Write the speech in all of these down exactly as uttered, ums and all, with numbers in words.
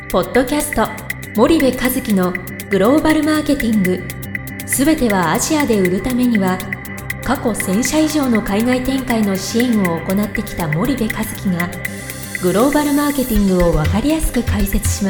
ポッドキャスト森部一樹のグローバルマーケティング、すべてはアジアで売るためには、過去せん社以上の海外展開の支援を行ってきた森部一樹がグローバルマーケティングを分かりやすく解説します。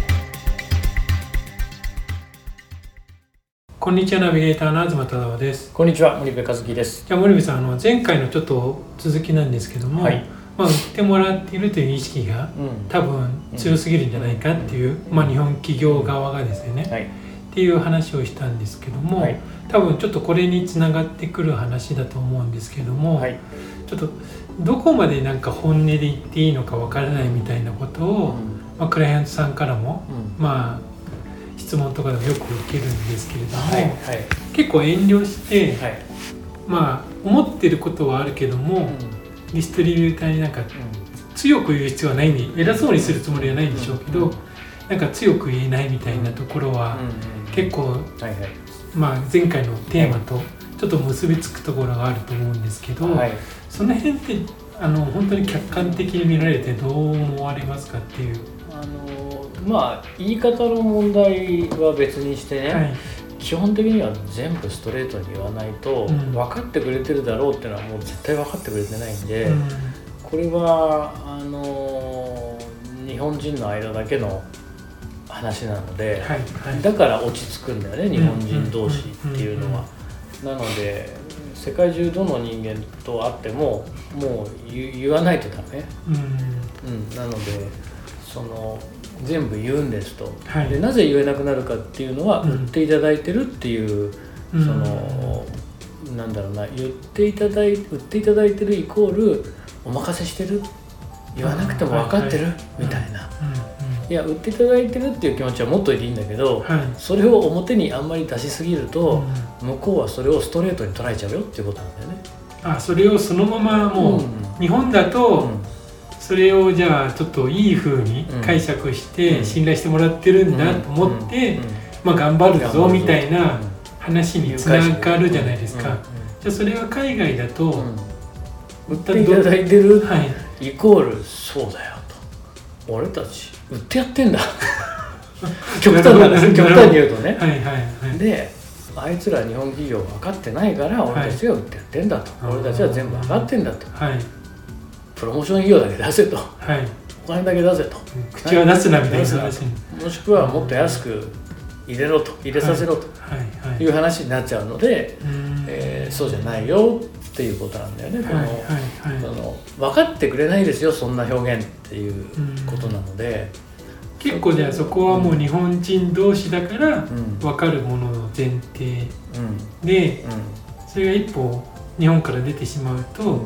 こんにちは、ナビゲーターの東忠夫です。 こんにちは、森部一樹です。 じゃあ森部さん、あの前回のちょっと続きなんですけども、はい、まあ、売ってもらっているという意識が、うん、多分強すぎるんじゃないかっていう、うん、まあ、日本企業側がですね、はい、っていう話をしたんですけども、はい、多分ちょっとこれにつながってくる話だと思うんですけども、はい、ちょっとどこまでなんか本音で言っていいのかわからないみたいなことを、うん、まあ、クライアントさんからも、うん、まあ質問とかでもよく受けるんですけれども、はいはい、結構遠慮して、はい、まあ思ってることはあるけども、うん、ディストリビューターになんか強く言う必要はないんで、偉そうにするつもりはないんでしょうけど、うん、なんか強く言えないみたいなところは、うん、結構、はいはい、まあ、前回のテーマとちょっと結びつくところがあると思うんですけど、はい、その辺ってあの本当に客観的に見られてどう思われますかっていう。 あのまあ言い方の問題は別にしてね、はい、基本的には全部ストレートに言わないと、うん、分かってくれてるだろうっていうのはもう絶対分かってくれてないんで、うん、これはあの日本人の間だけの話なので、はいはい、だから落ち着くんだよね、日本人同士っていうのは。なので世界中どの人間と会ってももう 言, 言わないとダメ、うんうん、なのでその全部言うんですと、はい、でなぜ言えなくなるかっていうのは、うん、売っていただいてるっていう、うん、そのなんだろうな、言っていただい売っていただいてるイコールお任せしてる、言わなくても分かってる、はいはい、みたいな、うんうん、いや売っていただいてるっていう気持ちはもっといていいんだけど、はい、それを表にあんまり出しすぎると、うん、向こうはそれをストレートに捉えちゃうよっていうことなんだよね。 あ、それをそのままもう、うん、日本だと、うん、それをじゃあちょっといい風に解釈して信頼してもらってるんだと思って、まあ、頑張るぞみたいな話につながるじゃないですか。じゃあそれは海外だと売っていただいてるイコールそうだよと、俺たち売ってやってんだ極端な極端に言うとね、はいはいはい、であいつら日本企業分かってないから俺たちが売ってやってんだと、はい、俺たちは全部分かってんだと、はい、プロモーション費用だけ出せと、はい、お金だけ出せと、 口は出すなみたいな話、 もしくはもっと安く入れろと、入れさせろという話になっちゃうので、えー、そうじゃないよっていうことなんだよね。この、はいはいはい、その分かってくれないですよそんな表現っていうことなので、 結構じゃあそこはもう日本人同士だから分かるものの前提で、それが一歩日本から出てしまうと、うん、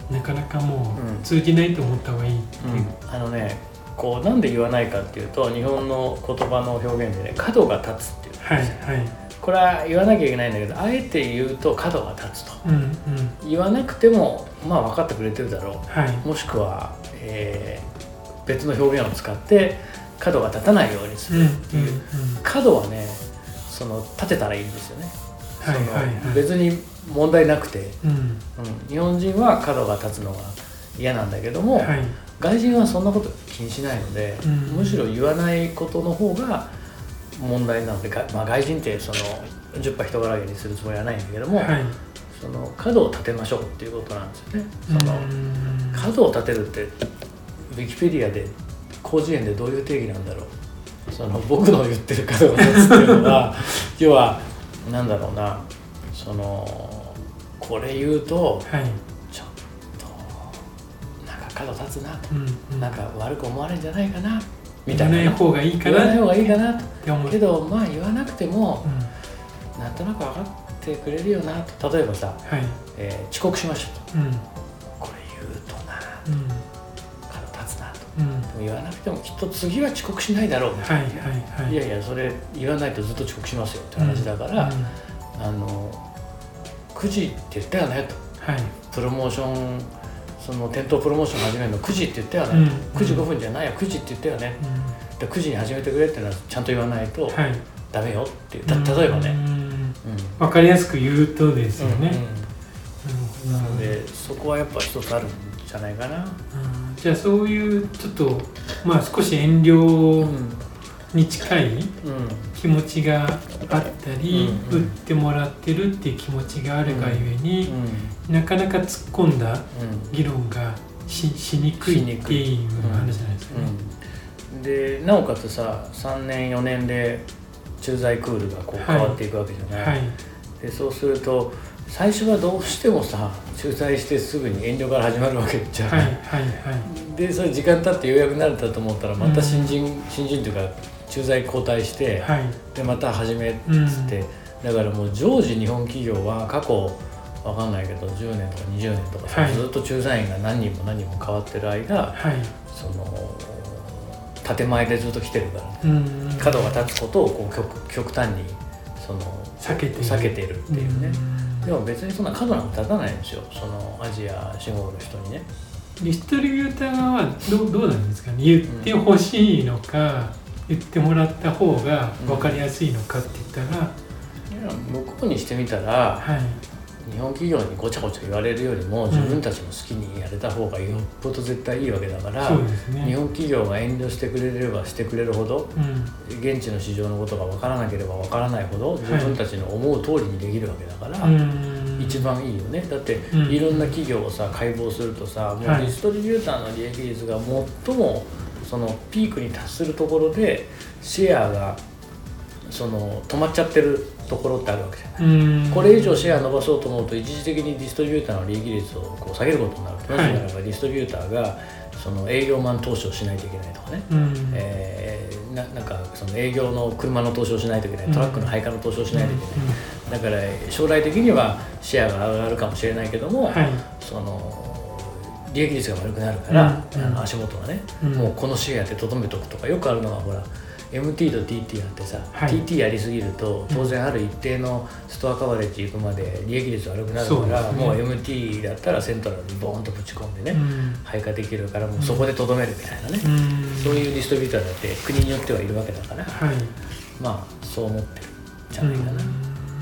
なかなかもう通じないと思った方がいいっていう、 うん、あのね、こうなんで言わないかっていうと、日本の言葉の表現でね、角が立つっていうんですよ、はいはい、これは言わなきゃいけないんだけど、あえて言うと角が立つと、うんうん、言わなくてもまあ分かってくれてるだろう、はい、もしくは、えー、別の表現を使って角が立たないようにするっていう、うんうんうん、角はね、その立てたらいいんですよね、はいはいはい、その別に問題なくて、うんうん、日本人は角が立つのが嫌なんだけども、はい、外人はそんなこと気にしないので、うん、むしろ言わないことの方が問題なので、まあ、外人ってそのじゅっぱ人柄げにするつもりはないんだけども、はい、その角を立てましょうっていうことなんですよね。その角を立てるってウィキペディアで広辞苑でどういう定義なんだろう。その僕の言ってる角が立つっていうのは要はなんだろうな、そのこれ言うと、はい、ちょっとなんか角立つなと、うんうん、なんか悪く思われるんじゃないかなみたいな、 言わない方がいいかな、 言わない方がいいかなとけど、まあ言わなくても、うん、なんとなく分かってくれるよなと。例えばさ、はい、えー、遅刻しましたと、うん、これ言うとな、うん、角立つなと、うん、でも言わなくてもきっと次は遅刻しないだろうみたいな、はいはいはい、いやいやそれ言わないとずっと遅刻しますよって話だから、うんうん、あのくじって言ったよねと、はい、プロモーションその店頭プロモーション始めるのくじって言ったよね、うん、くじごふんじゃないよくじって言ったよね、うん、でくじに始めてくれっていうのはちゃんと言わないと、はい、ダメよっていう、た例えばね、うん、 分かりやすく言うとですよね、 うんうん、なのでそこはやっぱ一つあるんじゃないかな、 うん、 じゃあそういうちょっとまあ少し遠慮に近い気持ちがあったり、うんうん、売ってもらってるっていう気持ちがあるがゆえに、うんうん、なかなか突っ込んだ議論が し, しにくいっていう話じゃないですかね。 うんうん、でなおかつささんねんよねんで駐在クールがこう変わっていくわけじゃない、はいはい、でそうすると最初はどうしてもさ駐在してすぐに遠慮から始まるわけじゃん、はいはいはい、でそれ時間経ってようやく慣れたと思ったらまた新人、うん、新人というか駐在交代して、はい、でまた始めっつって、うん、だからもう常時日本企業は過去わかんないけどじゅうねんとかにじゅうねんとかさ、はい、ずっと駐在員が何人も何人も変わってる間、はい、その建前でずっと来てるから、ね、うん、角が立つことをこう 極, 極端にその避けている、 避けているっていうね、うん、でも別にそんな角なんか立たないんですよ、そのアジア四国の人にね。 ディストリビューター側は ど, どうなんですかね、言ってほしいのか、うん、言ってもらった方が分かりやすいのかって言ったら、 うん、向こうにしてみたら、はい、日本企業にごちゃごちゃ言われるよりも自分たちの好きにやれた方がよっぽど絶対いいわけだから、うん、そうですね、日本企業が遠慮してくれればしてくれるほど、うん、現地の市場のことが分からなければ分からないほど自分たちの思う通りにできるわけだから、はい、一番いいよね。だって、うん、いろんな企業をさ解剖するとさ、もうディストリビューターの利益率が最もそのピークに達するところでシェアがその止まっちゃってるところってあるわけじゃない。これ以上シェア伸ばそうと思うと一時的にディストリビューターの利益率をこう下げることになる。なぜならばディストリビューターがその営業マン投資をしないといけないとかね、えー、な, なんかその営業の車の投資をしないといけない、トラックの配下の投資をしないといけない、だから将来的にはシェアが上がるかもしれないけども、はい、その利益率が悪くなるから、うん、あの足元がね、うん、もうこのシェアでとどめとくとかよくあるのがほらエムティー と ティーティー あってさ、はい、ティーティー やりすぎると当然ある一定のストアカバレッジ行くまで利益率悪くなるから、うん、もう エムティー だったらセントラルにボーンとぶち込んでね、うん、配下できるからもうそこでとどめるみたいなね、うん、そういうディストリビューターだって国によってはいるわけだから、はい、まあそう思ってるんじゃないかな、うん、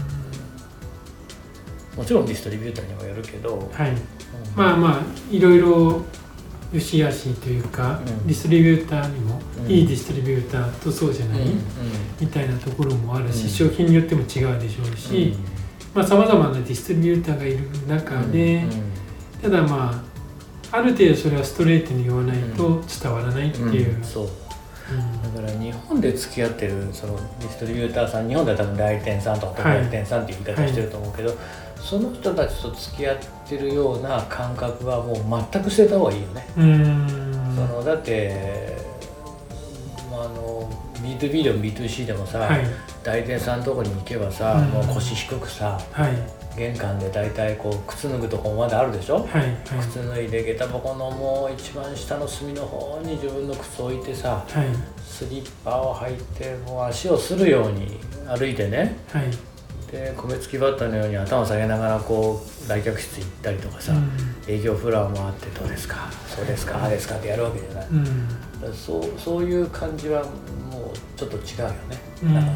もちろんディストリビューターにもよるけど、 はい、うん、まあまあいろいろ良し悪しというか、うん、ディストリビューターにも、うん、いいディストリビューターとそうじゃない、うん、みたいなところもあるし、うん、商品によっても違うでしょうし、さまざ、まなディストリビューターがいる中で、うん、ただまあある程度それはストレートに言わないと伝わらないっていう、うんうん、そう、 うん、だから日本で付き合ってるそのディストリビューターさん、日本では多分代理店さんとか代理店さんっていう言い方してると思うけど、はいはい、その人たちと付き合ってるような感覚はもう全く捨てた方がいいよね。うーん、そのだって、まあ、あの ビーツービー でも ビーツーシー でもさ、はい、代理店さんのとこに行けばさ、もう腰低くさ、はい、玄関で大体こう靴脱ぐとこまであるでしょ、はいはい、靴脱いで下駄箱のもう一番下の隅の方に自分の靴を置いてさ、はい、スリッパを履いてもう足をするように歩いてね、はい、で米付きバッターのように頭を下げながらこう来客室行ったりとかさ、うん、営業フロア回ってどうですかそうですかああですかってやるわけじゃない、うん、だそう、そういう感じはもうちょっと違うよね、うん、なんで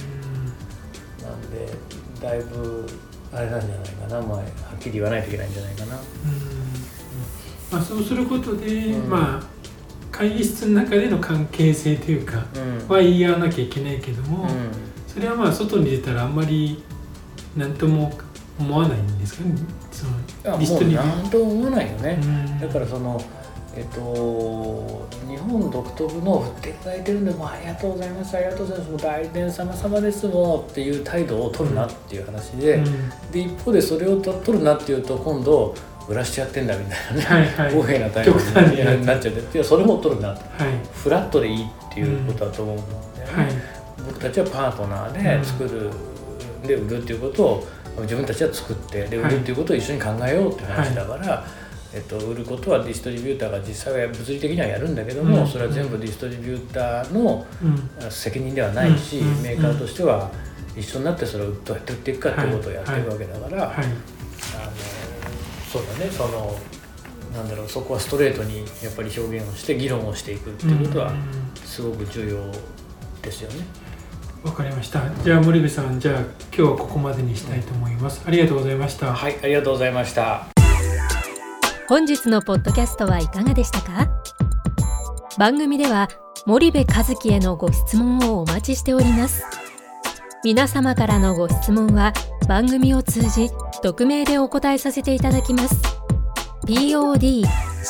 だいぶあれなんじゃないかな、まあ、はっきり言わないといけないんじゃないかな、うん、 まあ、そうすることで、うん、まあ会議室の中での関係性というか、うん、は言い合わなきゃいけないけども、うん、それはまあ外に出たらあんまり何とも思わないんですかね、そのリストに。もう何とも思わないよね、うん、だからそのえっと日本独特の振っていただいてるんでもうありがとうございますありがとうございますもう代理店様様ですもんっていう態度を取るなっていう話で、うん、で一方でそれを取るなっていうと今度売らしちゃってんだみたいなね、はいはい、公平な態度になっちゃって、いやそれも取るなと、はい、フラットでいいっていうことだと思うんだよね、うんはい、僕たちはパートナーで作る、うん、で売るっていうことを自分たちは作ってで売るっていうことを一緒に考えようっていう話だから、はい、えっと、売ることはディストリビューターが実際は物理的にはやるんだけども、うん、それは全部ディストリビューターの責任ではないし、うん、メーカーとしては一緒になってそれをどうやって売っていくかっていうことをやってるわけだから、はいはい、あのそうだね、そのなんだろう、そこはストレートにやっぱり表現をして議論をしていくっていうことはすごく重要ですよね。 わかりました。じゃあ森部さん、じゃあ今日はここまでにしたいと思います。ありがとうございました。 はい、ありがとうございました。 本日のポッドキャストはいかがでしたか？番組では森部一樹へのご質問をお待ちしております。皆様からのご質問は番組を通じ匿名でお答えさせていただきます。podcast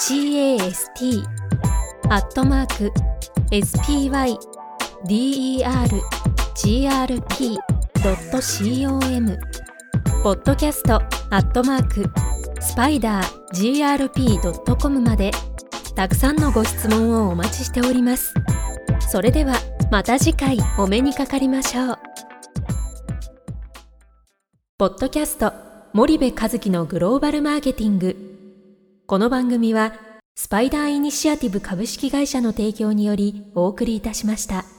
アットマーク spydergrp ドット com ポッドキャストアットマークスパイダー ジーアールピー ドット コム までたくさんのご質問をお待ちしております。それではまた次回お目にかかりましょう。ポッドキャスト森部一樹のグローバルマーケティング。この番組はスパイダーイニシアティブ株式会社の提供によりお送りいたしました。